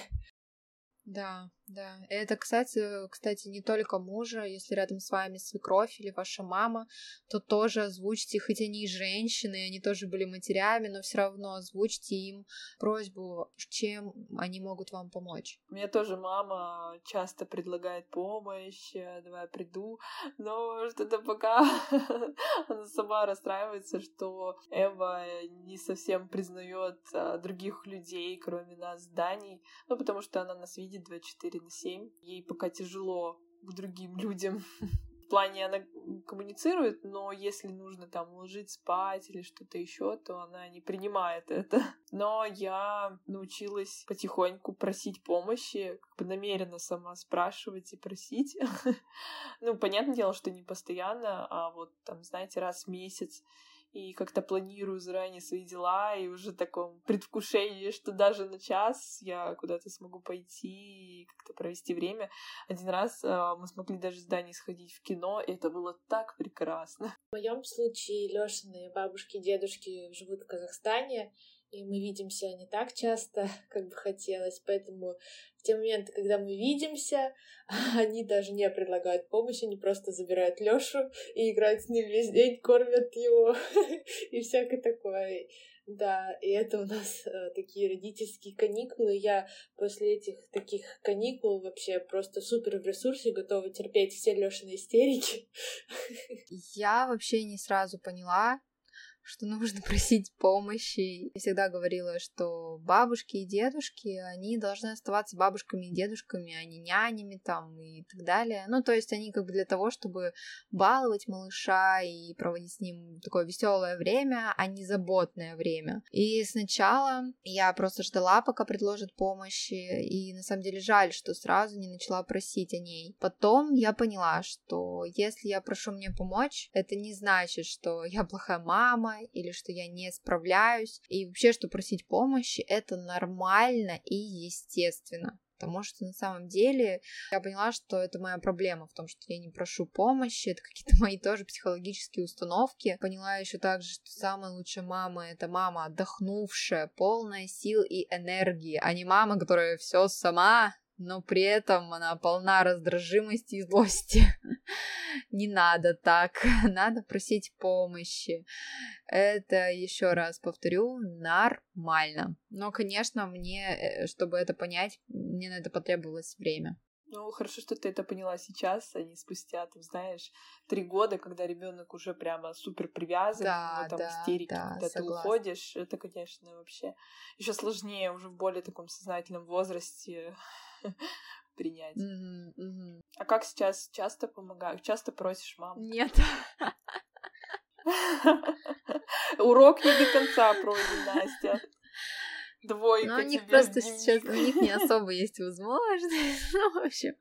Да, да. И это касается, кстати, не только мужа. Если рядом с вами свекровь или ваша мама, то тоже озвучьте, хоть они и женщины, они тоже были матерями, но все равно озвучьте им просьбу, чем они могут вам помочь. Мне тоже мама часто предлагает помощь, давай приду, но что-то пока она сама расстраивается, что Эва не совсем признает других людей, кроме нас, Даней, ну, потому что она нас видит двадцать четыре на семь, ей пока тяжело к другим людям. В плане она коммуницирует, но если нужно там ложить спать или что-то еще, то она не принимает это. Но я научилась потихоньку просить помощи, как бы намеренно сама спрашивать и просить. Ну, понятное дело, что не постоянно, а вот там, знаете, раз в месяц. И как-то планирую заранее свои дела, и уже в таком предвкушении, что даже на час я куда-то смогу пойти и как-то провести время. Один раз э, мы смогли даже с Даней сходить в кино, и это было так прекрасно. В моем случае Лёшины бабушки и дедушки живут в Казахстане, и мы видимся не так часто, как бы хотелось, поэтому в те моменты, когда мы видимся, они даже не предлагают помощи, они просто забирают Лёшу и играют с ним весь день, кормят его и всякое такое. Да, и это у нас э, такие родительские каникулы. Я после этих таких каникул вообще просто супер в ресурсе, готова терпеть все Лёшины истерики. Я вообще не сразу поняла, что нужно просить помощи. Я всегда говорила, что бабушки и дедушки, они должны оставаться бабушками и дедушками, а не нянями там и так далее. Ну, то есть они как бы для того, чтобы баловать малыша и проводить с ним такое веселое время, а не заботное время. И сначала я просто ждала, пока предложат помощи, и на самом деле жаль, что сразу не начала просить о ней. Потом я поняла, что если я прошу мне помочь, это не значит, что я плохая мама, или что я не справляюсь, и вообще, что просить помощи, это нормально и естественно. Потому что на самом деле я поняла, что это моя проблема в том, что я не прошу помощи, это какие-то мои тоже психологические установки. Поняла еще также, что самая лучшая мама — это мама отдохнувшая, полная сил и энергии, а не мама, которая все сама, но при этом она полна раздражимости и злости. Не надо так, надо просить помощи. Это, еще раз повторю, нормально. Но, конечно, мне, чтобы это понять, мне на это потребовалось время. Ну, хорошо, что ты это поняла сейчас, а не спустя, там, знаешь, три года, когда ребенок уже прямо супер привязан, да, у него там да, истерики, да, когда согласна. ты уходишь, это, конечно, вообще еще сложнее уже в более таком сознательном возрасте принять. Mm-hmm, mm-hmm. А как сейчас? Часто помогаешь? Часто просишь маму? Нет. Урок не до конца пройден, Настя. Двойка тебе. Ну, у них просто сейчас, у них не особо есть возможность. Ну, в общем.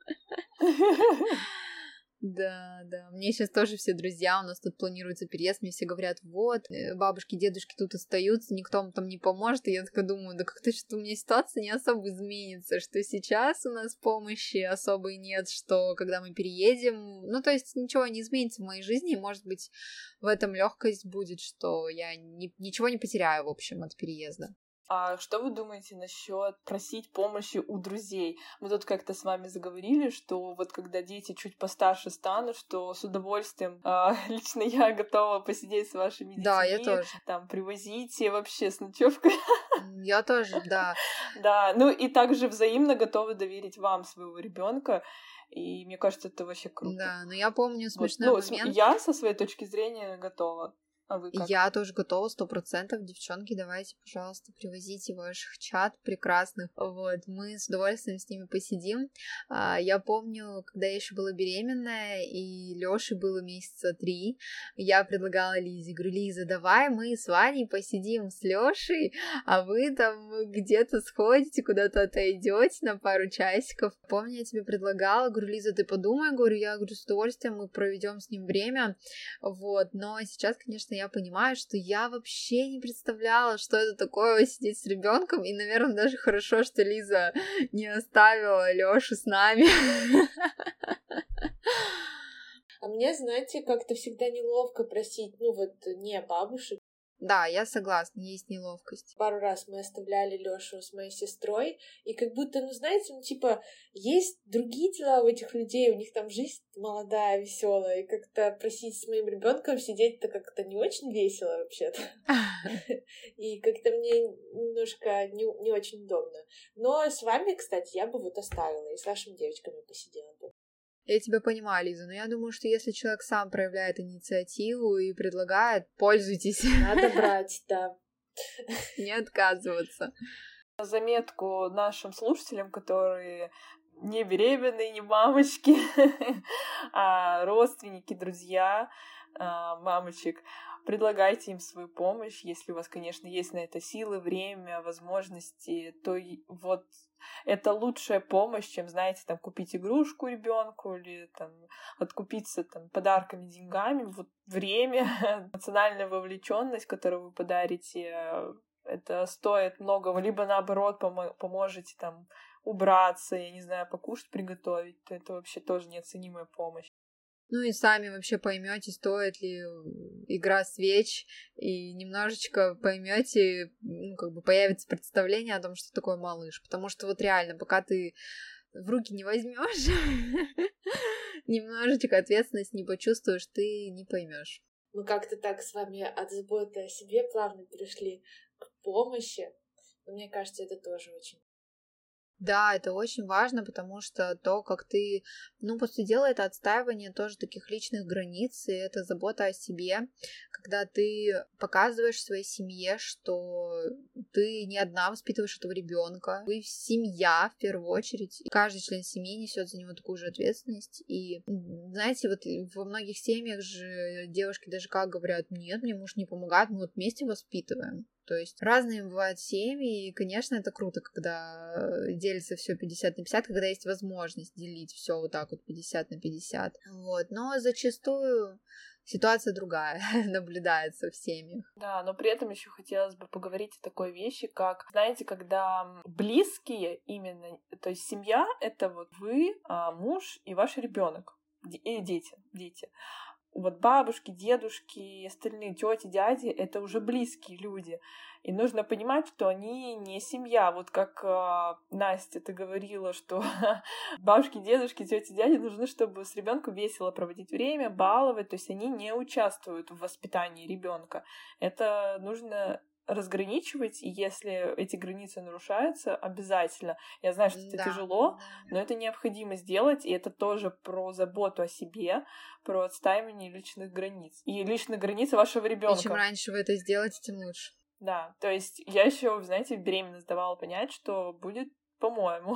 Да, да. Мне сейчас тоже все друзья, у нас тут планируется переезд, мне все говорят, вот, бабушки, дедушки тут остаются, никто вам там не поможет, и я такая думаю, да как-то что у меня ситуация не особо изменится, что сейчас у нас помощи особой нет, что когда мы переедем, ну, то есть ничего не изменится в моей жизни, и, может быть, в этом легкость будет, что я ни, ничего не потеряю, в общем, от переезда. А что вы думаете насчет просить помощи у друзей? Мы тут как-то с вами заговорили, что вот когда дети чуть постарше станут, что с удовольствием э, лично я готова посидеть с вашими детьми. Да, я тоже. Там привозить и вообще с ночевкой. Я тоже, да. Да, ну и также взаимно готовы доверить вам своего ребенка. И мне кажется, это вообще круто. Да, но я помню смешной вот. ну, момент. Я со своей точки зрения готова. А вы как? Я тоже готова, сто процентов. Девчонки, давайте, пожалуйста, привозите ваших чат прекрасных. Вот, мы с удовольствием с ними посидим. Я помню, когда я еще была беременная, и Лёше было месяца три, я предлагала Лизе, говорю, Лиза, давай мы с Ваней посидим с Лёшей, а вы там где-то сходите, куда-то отойдете на пару часиков. Помню, я тебе предлагала, говорю, Лиза, ты подумай, говорю, я говорю, с удовольствием мы проведем с ним время. Вот, но сейчас, конечно, я понимаю, что я вообще не представляла, что это такое сидеть с ребенком, и, наверное, даже хорошо, что Лиза не оставила Лёшу с нами. А мне, знаете, как-то всегда неловко просить, ну вот, не бабушек. Да, я согласна, есть неловкость. Пару раз мы оставляли Лёшу с моей сестрой, и как будто, ну, знаете, ну, типа, есть другие дела у этих людей, у них там жизнь молодая, веселая, и как-то просить с моим ребенком сидеть-то как-то не очень весело вообще-то. И как-то мне немножко не, не очень удобно. Но с вами, кстати, я бы вот оставила, и с вашими девочками посидела бы. Я тебя понимаю, Лиза, но я думаю, что если человек сам проявляет инициативу и предлагает, пользуйтесь. Надо брать, да. Не отказываться. Заметку нашим слушателям, которые не беременные, не мамочки, а родственники, друзья мамочек. Предлагайте им свою помощь, если у вас, конечно, есть на это силы, время, возможности, то вот это лучшая помощь, чем, знаете, там купить игрушку ребенку или там откупиться там подарками, деньгами. Вот время, эмоциональная вовлеченность, которую вы подарите, это стоит многого. Либо наоборот пом- поможете там убраться, я не знаю, покушать, приготовить, то это вообще тоже неоценимая помощь. Ну и сами вообще поймете, стоит ли игра свеч, и немножечко поймете, ну, как бы появится представление о том, что такое малыш. Потому что вот реально, пока ты в руки не возьмешь, немножечко ответственность не почувствуешь, ты не поймешь. Мы как-то так с вами от заботы о себе плавно перешли к помощи. Но мне кажется, это тоже очень. Да, это очень важно, потому что то, как ты, ну, по сути дела, это отстаивание тоже таких личных границ, и это забота о себе, когда ты показываешь своей семье, что ты не одна воспитываешь этого ребенка, вы семья в первую очередь, и каждый член семьи несет за него такую же ответственность, и, знаете, вот во многих семьях же девушки даже как говорят, нет, мне муж не помогает, мы вот вместе воспитываем. То есть разные бывают семьи, и, конечно, это круто, когда делится все пятьдесят на пятьдесят, когда есть возможность делить все вот так вот пятьдесят на пятьдесят. Вот. Но зачастую ситуация другая наблюдается в семьях. Да, но при этом еще хотелось бы поговорить о такой вещи, как, знаете, когда близкие именно, то есть семья — это вот вы, муж и ваш ребенок, и дети, дети. Вот бабушки, дедушки, остальные тети, дяди — это уже близкие люди. И нужно понимать, что они не семья. Вот как э, Настя, ты говорила, что бабушки, дедушки, тети, дяди нужны, чтобы с ребенком весело проводить время, баловать. То есть они не участвуют в воспитании ребенка. Это нужно разграничивать, и если эти границы нарушаются, обязательно. Я знаю, что это Да. тяжело, но это необходимо сделать, и это тоже про заботу о себе, про отстаивание личных границ. И личных границ вашего ребенка. И чем раньше вы это сделаете, тем лучше. Да, то есть я еще, знаете, беременность давала понять, что будет, по-моему,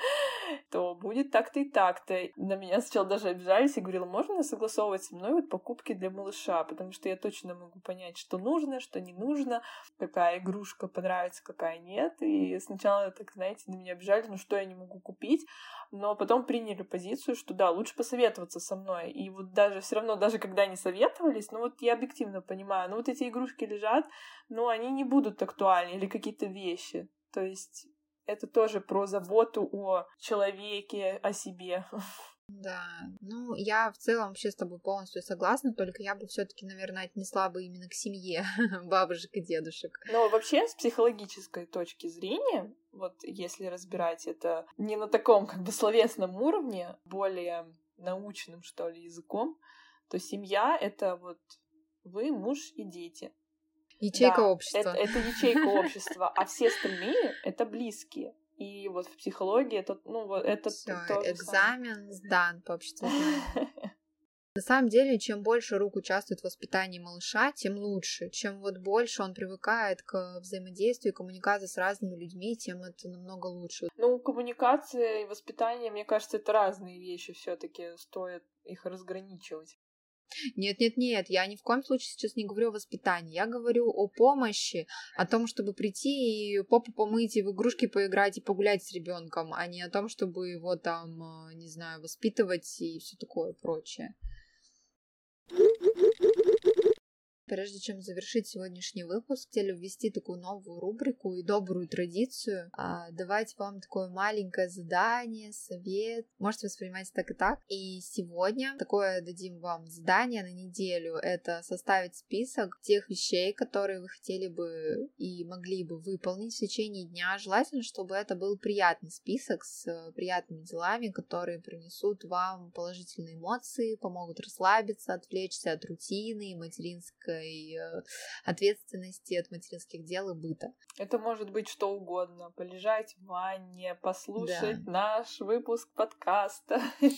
то будет так-то и так-то. На меня сначала даже обижались и говорила, можно согласовывать со мной вот покупки для малыша, потому что я точно могу понять, что нужно, что не нужно, какая игрушка понравится, какая нет. И сначала, так, знаете, на меня обижались, ну что я не могу купить, но потом приняли позицию, что да, лучше посоветоваться со мной. И вот даже все равно, даже когда они советовались, ну вот я объективно понимаю, ну вот эти игрушки лежат, но они не будут актуальны, или какие-то вещи. То есть это тоже про заботу о человеке, о себе. Да, ну я в целом вообще с тобой полностью согласна, только я бы все-таки, наверное, отнесла бы именно к семье бабушек и дедушек. Но вообще с психологической точки зрения, вот если разбирать это не на таком как бы словесном уровне, более научным, что ли, языком, то семья — это вот вы, муж и дети. Ячейка да, общества. Это, это ячейка общества, а все остальные — это близкие. И вот в психологии это, ну, вот это Всё, то же экзамен самое. сдан по обществу. На самом деле, чем больше рук участвует в воспитании малыша, тем лучше. Чем вот больше он привыкает к взаимодействию, коммуникации с разными людьми, тем это намного лучше. Ну, коммуникация и воспитание, мне кажется, это разные вещи, все-таки стоит их разграничивать. Нет-нет-нет, я ни в коем случае сейчас не говорю о воспитании, я говорю о помощи, о том, чтобы прийти и попу помыть, и в игрушки поиграть, и погулять с ребенком, а не о том, чтобы его там, не знаю, воспитывать и все такое прочее. Прежде чем завершить сегодняшний выпуск, хотели ввести такую новую рубрику и добрую традицию, а, давать вам такое маленькое задание, совет. Можете воспринимать так и так. И сегодня такое дадим вам задание на неделю. Это составить список тех вещей, которые вы хотели бы и могли бы выполнить в течение дня. Желательно, чтобы это был приятный список с приятными делами, которые принесут вам положительные эмоции, помогут расслабиться, отвлечься от рутины, материнской ответственности, от материнских дел и быта. Это может быть что угодно. Полежать в ванне, послушать Да. наш выпуск подкаста.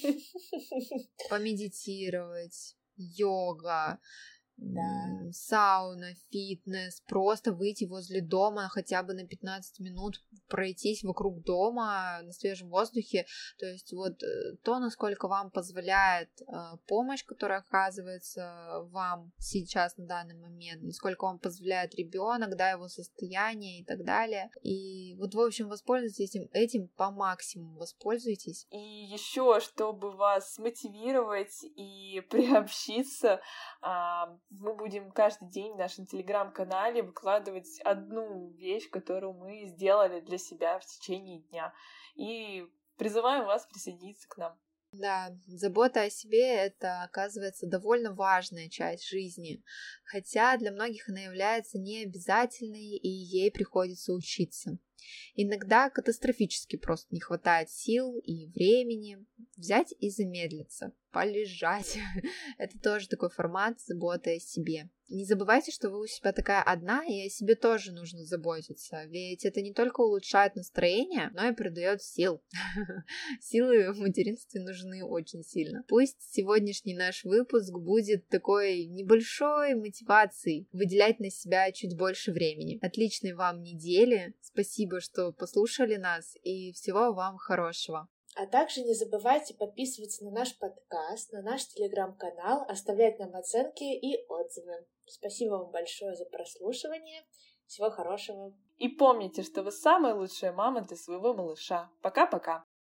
Помедитировать, йога, Да. сауна, фитнес, просто выйти возле дома хотя бы на пятнадцать минут, пройтись вокруг дома на свежем воздухе. То есть вот то, насколько вам позволяет э, помощь, которая оказывается вам сейчас на данный момент, насколько вам позволяет ребенок, да, его состояние и так далее. И вот, в общем, воспользуйтесь этим, этим по максимуму, воспользуйтесь. И еще, чтобы вас мотивировать и приобщиться, мы будем каждый день в нашем телеграм-канале выкладывать одну вещь, которую мы сделали для себя в течение дня. И призываем вас присоединиться к нам. Да, забота о себе — это, оказывается, довольно важная часть жизни, хотя для многих она является необязательной, и ей приходится учиться. Иногда катастрофически просто не хватает сил и времени взять и замедлиться, полежать. Это тоже такой формат заботы о себе. Не забывайте, что вы у себя такая одна, и о себе тоже нужно заботиться, ведь это не только улучшает настроение, но и придает сил. Силы в материнстве нужны очень сильно. Пусть сегодняшний наш выпуск будет такой небольшой мотивацией выделять на себя чуть больше времени. Отличной вам недели, спасибо, что послушали нас, и всего вам хорошего. А также не забывайте подписываться на наш подкаст, на наш телеграм-канал, оставлять нам оценки и отзывы. Спасибо вам большое за прослушивание. Всего хорошего. И помните, что вы самая лучшая мама для своего малыша. Пока-пока.